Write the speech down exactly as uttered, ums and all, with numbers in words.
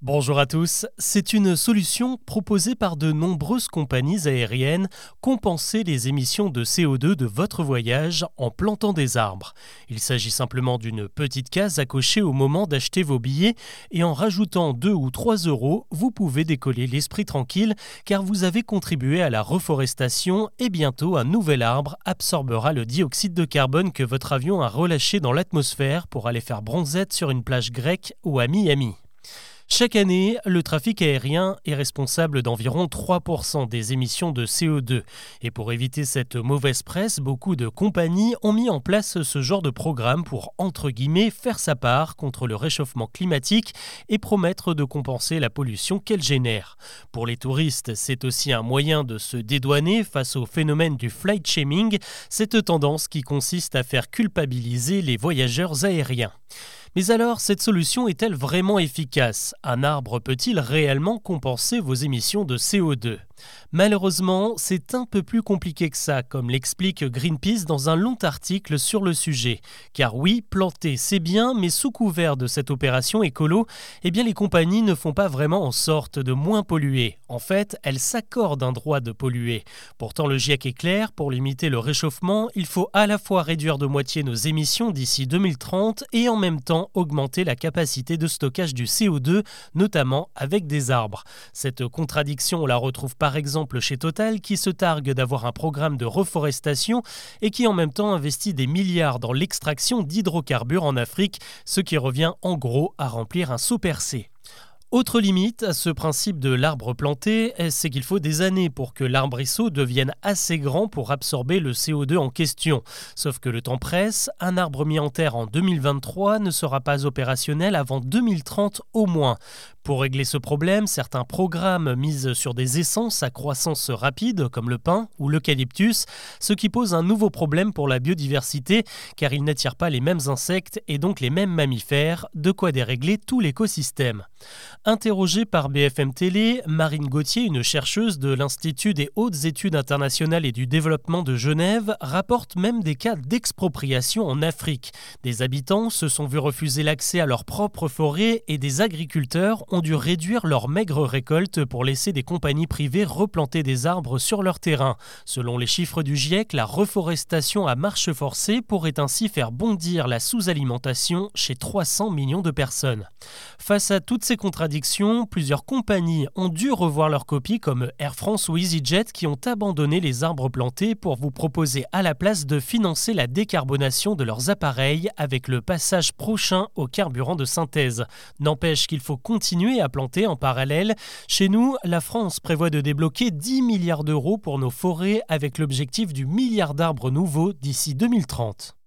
Bonjour à tous, c'est une solution proposée par de nombreuses compagnies aériennes, compenser les émissions de C O deux de votre voyage en plantant des arbres. Il s'agit simplement d'une petite case à cocher au moment d'acheter vos billets et en rajoutant deux ou trois euros, vous pouvez décoller l'esprit tranquille car vous avez contribué à la reforestation et bientôt un nouvel arbre absorbera le dioxyde de carbone que votre avion a relâché dans l'atmosphère pour aller faire bronzette sur une plage grecque ou à Miami. Chaque année, le trafic aérien est responsable d'environ trois pour cent des émissions de C O deux. Et pour éviter cette mauvaise presse, beaucoup de compagnies ont mis en place ce genre de programme pour, entre guillemets, faire sa part contre le réchauffement climatique et promettre de compenser la pollution qu'elle génère. Pour les touristes, c'est aussi un moyen de se dédouaner face au phénomène du flight shaming, cette tendance qui consiste à faire culpabiliser les voyageurs aériens. Mais alors, cette solution est-elle vraiment efficace ? Un arbre peut-il réellement compenser vos émissions de C O deux ? Malheureusement, c'est un peu plus compliqué que ça, comme l'explique Greenpeace dans un long article sur le sujet. Car oui, planter c'est bien, mais sous couvert de cette opération écolo, eh bien les compagnies ne font pas vraiment en sorte de moins polluer. En fait, elles s'accordent un droit de polluer. Pourtant, le GIEC est clair, pour limiter le réchauffement, il faut à la fois réduire de moitié nos émissions d'ici deux mille trente et en même temps augmenter la capacité de stockage du C O deux, notamment avec des arbres. Cette contradiction, on la retrouve par exemple chez Total, qui se targue d'avoir un programme de reforestation et qui en même temps investit des milliards dans l'extraction d'hydrocarbures en Afrique, ce qui revient en gros à remplir un seau percé. Autre limite à ce principe de l'arbre planté, c'est qu'il faut des années pour que l'arbrisseau devienne assez grand pour absorber le C O deux en question. Sauf que le temps presse, un arbre mis en terre en deux mille vingt-trois ne sera pas opérationnel avant deux mille trente au moins. Pour régler ce problème, certains programmes misent sur des essences à croissance rapide, comme le pin ou l'eucalyptus, ce qui pose un nouveau problème pour la biodiversité, car ils n'attirent pas les mêmes insectes et donc les mêmes mammifères, de quoi dérégler tout l'écosystème. Interrogée par B F M Télé, Marine Gauthier, une chercheuse de l'Institut des hautes études internationales et du développement de Genève, rapporte même des cas d'expropriation en Afrique. Des habitants se sont vus refuser l'accès à leurs propres forêts et des agriculteurs ont dû réduire leurs maigres récoltes pour laisser des compagnies privées replanter des arbres sur leur terrain. Selon les chiffres du GIEC, la reforestation à marche forcée pourrait ainsi faire bondir la sous-alimentation chez trois cents millions de personnes. Face à toutes ces contradictions, plusieurs compagnies ont dû revoir leur copie comme Air France ou EasyJet qui ont abandonné les arbres plantés pour vous proposer à la place de financer la décarbonation de leurs appareils avec le passage prochain au carburant de synthèse. N'empêche qu'il faut continuer à planter en parallèle. Chez nous, la France prévoit de débloquer dix milliards d'euros pour nos forêts avec l'objectif du milliard d'arbres nouveaux d'ici deux mille trente.